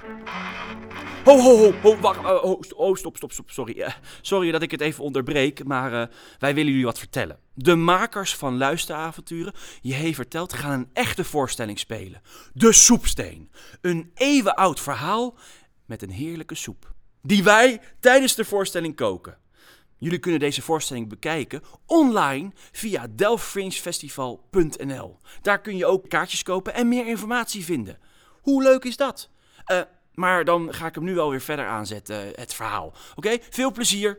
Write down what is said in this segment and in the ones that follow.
Stop. Sorry. Sorry dat ik het even onderbreek, maar wij willen jullie wat vertellen. De makers van Luisteravonturen, Je Vertelt, gaan een echte voorstelling spelen. De Soepsteen. Een eeuwenoud verhaal met een heerlijke soep. Die wij tijdens de voorstelling koken. Jullie kunnen deze voorstelling bekijken online via delftfringefestival.nl. Daar kun je ook kaartjes kopen en meer informatie vinden. Hoe leuk is dat? Maar dan ga ik hem nu alweer verder aanzetten, het verhaal. Oké, veel plezier!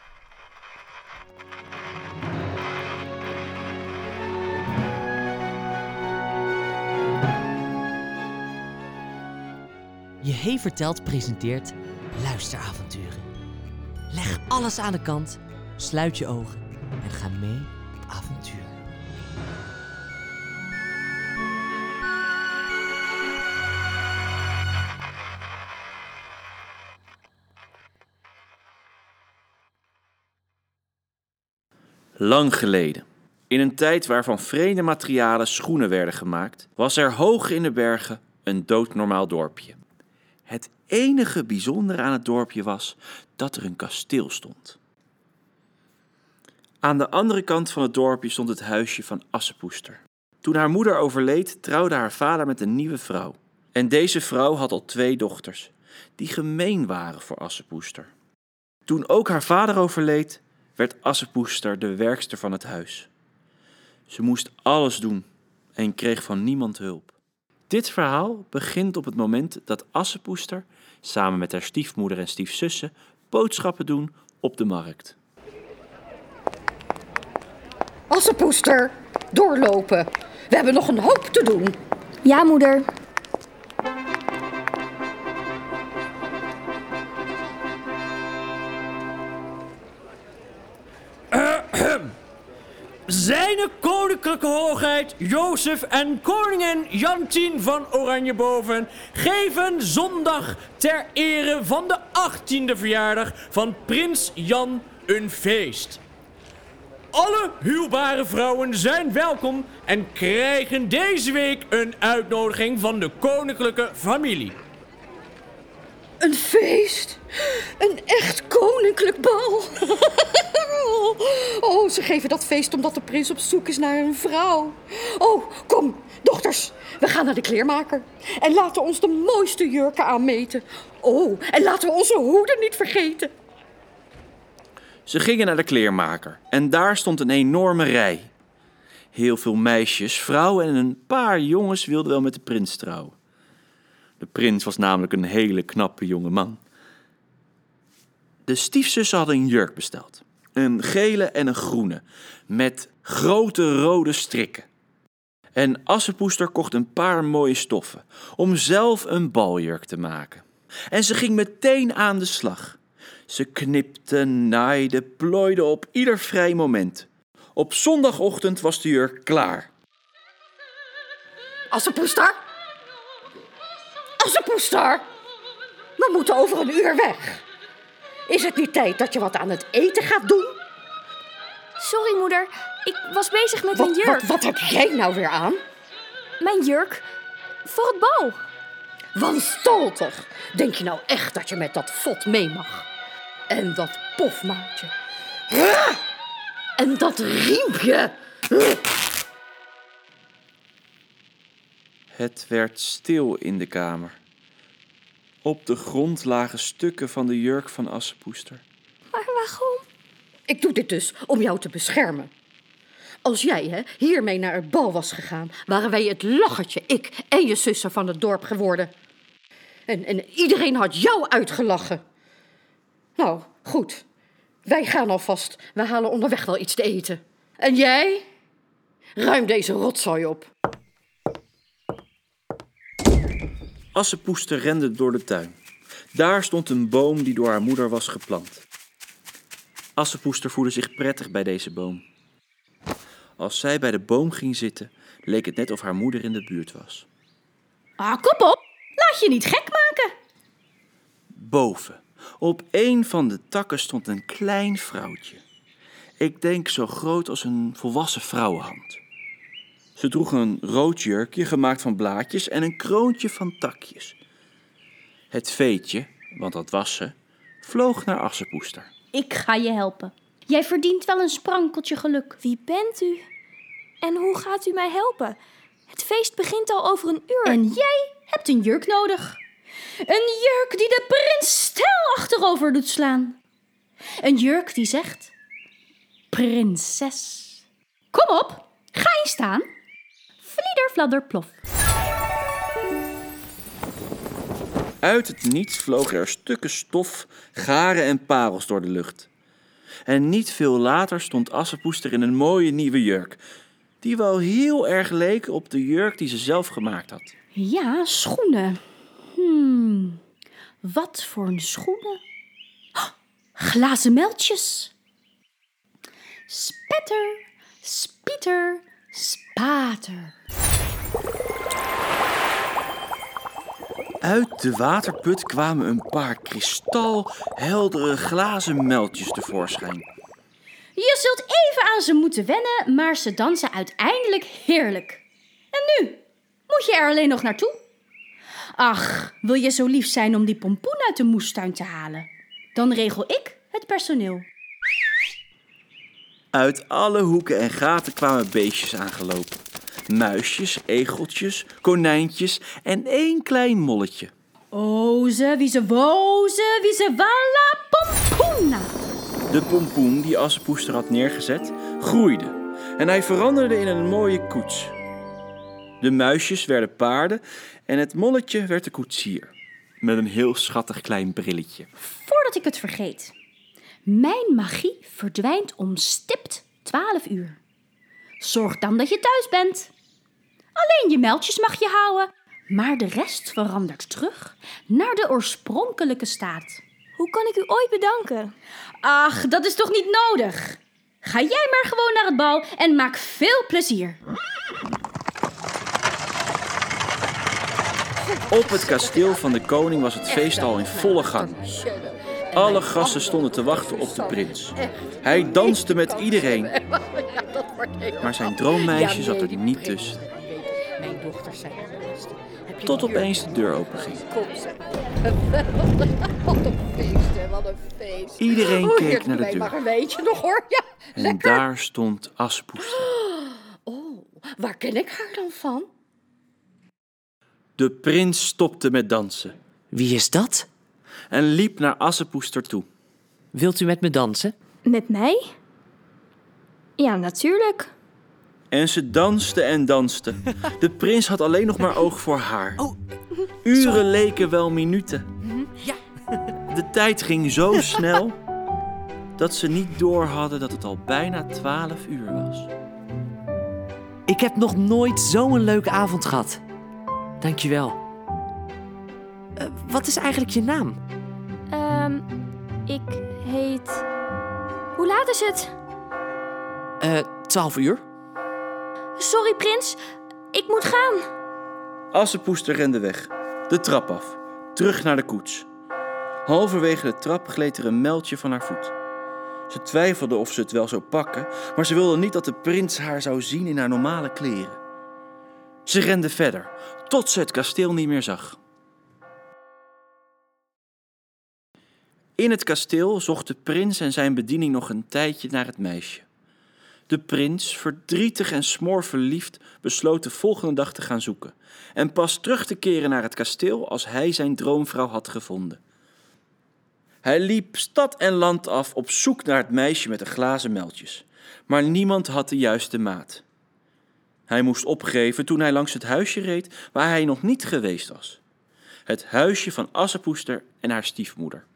Je Vertelt presenteert Luisteravonturen. Leg alles aan de kant, sluit je ogen en ga mee op avontuur. Lang geleden, in een tijd waarvan vreemde materialen schoenen werden gemaakt, was er hoog in de bergen een doodnormaal dorpje. Het enige bijzondere aan het dorpje was dat er een kasteel stond. Aan de andere kant van het dorpje stond het huisje van Assepoester. Toen haar moeder overleed, trouwde haar vader met een nieuwe vrouw. En deze vrouw had al 2 dochters, die gemeen waren voor Assepoester. Toen ook haar vader overleed, werd Assepoester de werkster van het huis. Ze moest alles doen en kreeg van niemand hulp. Dit verhaal begint op het moment dat Assepoester samen met haar stiefmoeder en stiefzussen boodschappen doen op de markt. Assepoester, doorlopen. We hebben nog een hoop te doen. Ja, moeder. Zijne koninklijke hoogheid Jozef en koningin Jantien van Oranjeboven geven zondag ter ere van de 18e verjaardag van prins Jan een feest. Alle huwbare vrouwen zijn welkom en krijgen deze week een uitnodiging van de koninklijke familie. Een feest? Een echt koninklijk bal? Oh, ze geven dat feest omdat de prins op zoek is naar een vrouw. Oh, kom, dochters, we gaan naar de kleermaker. En laten we ons de mooiste jurken aanmeten. Oh, en laten we onze hoeden niet vergeten. Ze gingen naar de kleermaker en daar stond een enorme rij. Heel veel meisjes, vrouwen en een paar jongens wilden wel met de prins trouwen. De prins was namelijk een hele knappe jonge man. De stiefzussen hadden een jurk besteld. Een gele en een groene, met grote rode strikken. En Assepoester kocht een paar mooie stoffen om zelf een baljurk te maken. En ze ging meteen aan de slag. Ze knipte, naaide, plooide op ieder vrij moment. Op zondagochtend was de jurk klaar. Assepoester? Assepoester! We moeten over een uur weg. Is het niet tijd dat je wat aan het eten gaat doen? Sorry, moeder. Ik was bezig met mijn jurk. Wat heb jij nou weer aan? Mijn jurk? Voor het bal. Wanstaltig. Denk je nou echt dat je met dat vod mee mag? En dat pofmaatje. En dat riempje. Het werd stil in de kamer. Op de grond lagen stukken van de jurk van Assepoester. Maar waarom? Ik doe dit dus om jou te beschermen. Als jij hiermee naar het bal was gegaan, waren wij het lachertje, ik en je zussen van het dorp geworden. En iedereen had jou uitgelachen. Nou, goed. Wij gaan alvast. We halen onderweg wel iets te eten. En jij? Ruim deze rotzooi op. Assepoester rende door de tuin. Daar stond een boom die door haar moeder was geplant. Assepoester voelde zich prettig bij deze boom. Als zij bij de boom ging zitten, leek het net of haar moeder in de buurt was. Kom op, laat je niet gek maken. Boven, op een van de takken stond een klein vrouwtje. Ik denk zo groot als een volwassen vrouwenhand. Ze droeg een rood jurkje gemaakt van blaadjes en een kroontje van takjes. Het veetje, want dat was ze, vloog naar Assepoester. Ik ga je helpen. Jij verdient wel een sprankeltje geluk. Wie bent u? En hoe gaat u mij helpen? Het feest begint al over een uur. En jij hebt een jurk nodig. Een jurk die de prins stijl achterover doet slaan. Een jurk die zegt: prinses. Kom op, ga eens staan. Vlieder, fladder, plof. Uit het niets vlogen er stukken stof, garen en parels door de lucht. En niet veel later stond Assepoester in een mooie nieuwe jurk, die wel heel erg leek op de jurk die ze zelf gemaakt had. Ja, schoenen. Wat voor een schoenen? Oh, glazen meldjes. Spetter, spieter, spater. Uit de waterput kwamen een paar kristalheldere glazen muiltjes tevoorschijn. Je zult even aan ze moeten wennen, maar ze dansen uiteindelijk heerlijk. En nu? Moet je er alleen nog naartoe? Ach, wil je zo lief zijn om die pompoen uit de moestuin te halen? Dan regel ik het personeel. Uit alle hoeken en gaten kwamen beestjes aangelopen. Muisjes, egeltjes, konijntjes en 1 klein molletje. Oze, wieze, woze, wieze, walla, pompoena. De pompoen die Assepoester had neergezet, groeide en hij veranderde in een mooie koets. De muisjes werden paarden en het molletje werd de koetsier. Met een heel schattig klein brilletje. Voordat ik het vergeet. Mijn magie verdwijnt om stipt 12 uur. Zorg dan dat je thuis bent. Alleen je meldjes mag je houden, maar de rest verandert terug naar de oorspronkelijke staat. Hoe kan ik u ooit bedanken? Ach, dat is toch niet nodig? Ga jij maar gewoon naar het bal en maak veel plezier. Op het kasteel van de koning was het feest al in volle gang. Alle gasten stonden te wachten op de prins. Hij danste met iedereen, maar zijn droommeisje zat er niet tussen. Mijn dochters zijn de beste. Heb je Tot die opeens de jurk? deur openging. Kom zeg. Wat een feest, hè, wat een feest. Iedereen Oh, keek heerlijk, naar de nee, deur. Maar een beetje nog hoor, ja. En daar stond Assepoester. Oh, waar ken ik haar dan van? De prins stopte met dansen Wie is dat? en liep naar Assepoester toe. Wilt u met me dansen? Met mij? Ja, natuurlijk. En ze danste en danste. De prins had alleen nog maar oog voor haar. Uren leken wel minuten. Ja. De tijd ging zo snel dat ze niet door hadden dat het al bijna 12 uur was. Ik heb nog nooit zo'n leuke avond gehad. Dankjewel. Wat is eigenlijk je naam? Ik heet... Hoe laat is het? 12 uur. Sorry, prins. Ik moet gaan. Assepoester rende weg, de trap af, terug naar de koets. Halverwege de trap gleed er een meldje van haar voet. Ze twijfelde of ze het wel zou pakken, maar ze wilde niet dat de prins haar zou zien in haar normale kleren. Ze rende verder, tot ze het kasteel niet meer zag. In het kasteel zocht de prins en zijn bediening nog een tijdje naar het meisje. De prins, verdrietig en smoorverliefd, besloot de volgende dag te gaan zoeken en pas terug te keren naar het kasteel als hij zijn droomvrouw had gevonden. Hij liep stad en land af op zoek naar het meisje met de glazen meldjes, maar niemand had de juiste maat. Hij moest opgeven toen hij langs het huisje reed waar hij nog niet geweest was. Het huisje van Assepoester en haar stiefmoeder.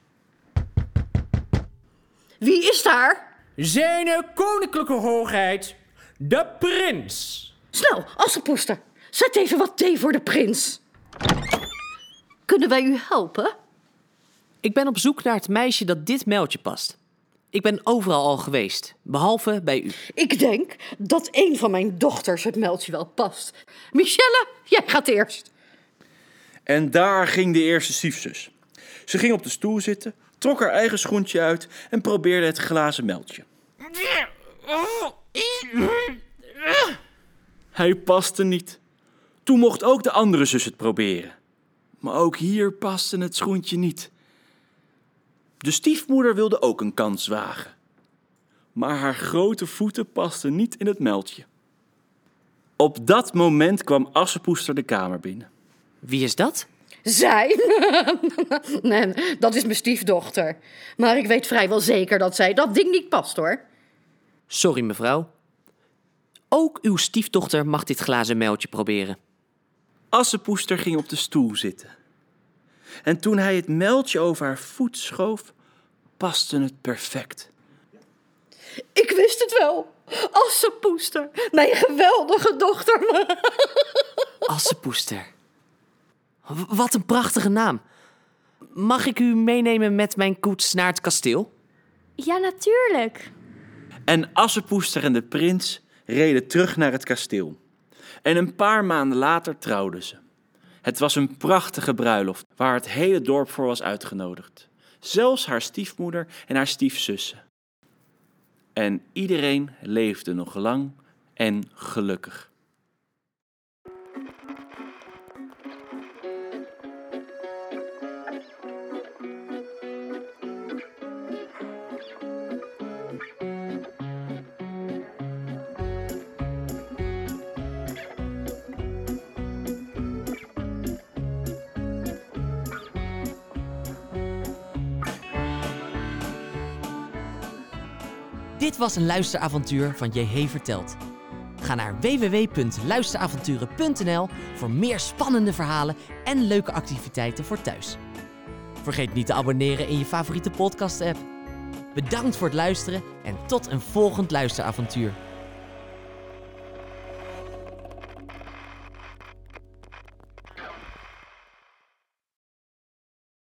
Wie is daar? Zijne koninklijke hoogheid, de prins. Snel, Assepoester. Zet even wat thee voor de prins. Kunnen wij u helpen? Ik ben op zoek naar het meisje dat dit meldje past. Ik ben overal al geweest, behalve bij u. Ik denk dat een van mijn dochters het meldje wel past. Michelle, jij gaat eerst. En daar ging de eerste stiefzus. Ze ging op de stoel zitten, trok haar eigen schoentje uit en probeerde het glazen meldje. Hij paste niet. Toen mocht ook de andere zus het proberen. Maar ook hier paste het schoentje niet. De stiefmoeder wilde ook een kans wagen. Maar haar grote voeten pasten niet in het muiltje. Op dat moment kwam Assepoester de kamer binnen. Wie is dat? Zij? Nee, dat is mijn stiefdochter. Maar ik weet vrijwel zeker dat zij dat ding niet past, hoor. Sorry, mevrouw. Ook uw stiefdochter mag dit glazen muiltje proberen. Assepoester ging op de stoel zitten. En toen hij het muiltje over haar voet schoof, paste het perfect. Ik wist het wel. Assepoester, mijn geweldige dochter. Assepoester. Wat een prachtige naam. Mag ik u meenemen met mijn koets naar het kasteel? Ja, natuurlijk. En Assepoester en de prins reden terug naar het kasteel. En een paar maanden later trouwden ze. Het was een prachtige bruiloft waar het hele dorp voor was uitgenodigd. Zelfs haar stiefmoeder en haar stiefzussen. En iedereen leefde nog lang en gelukkig. Dit was een luisteravontuur van JH Vertelt. Ga naar www.luisteravonturen.nl voor meer spannende verhalen en leuke activiteiten voor thuis. Vergeet niet te abonneren in je favoriete podcast-app. Bedankt voor het luisteren en tot een volgend luisteravontuur.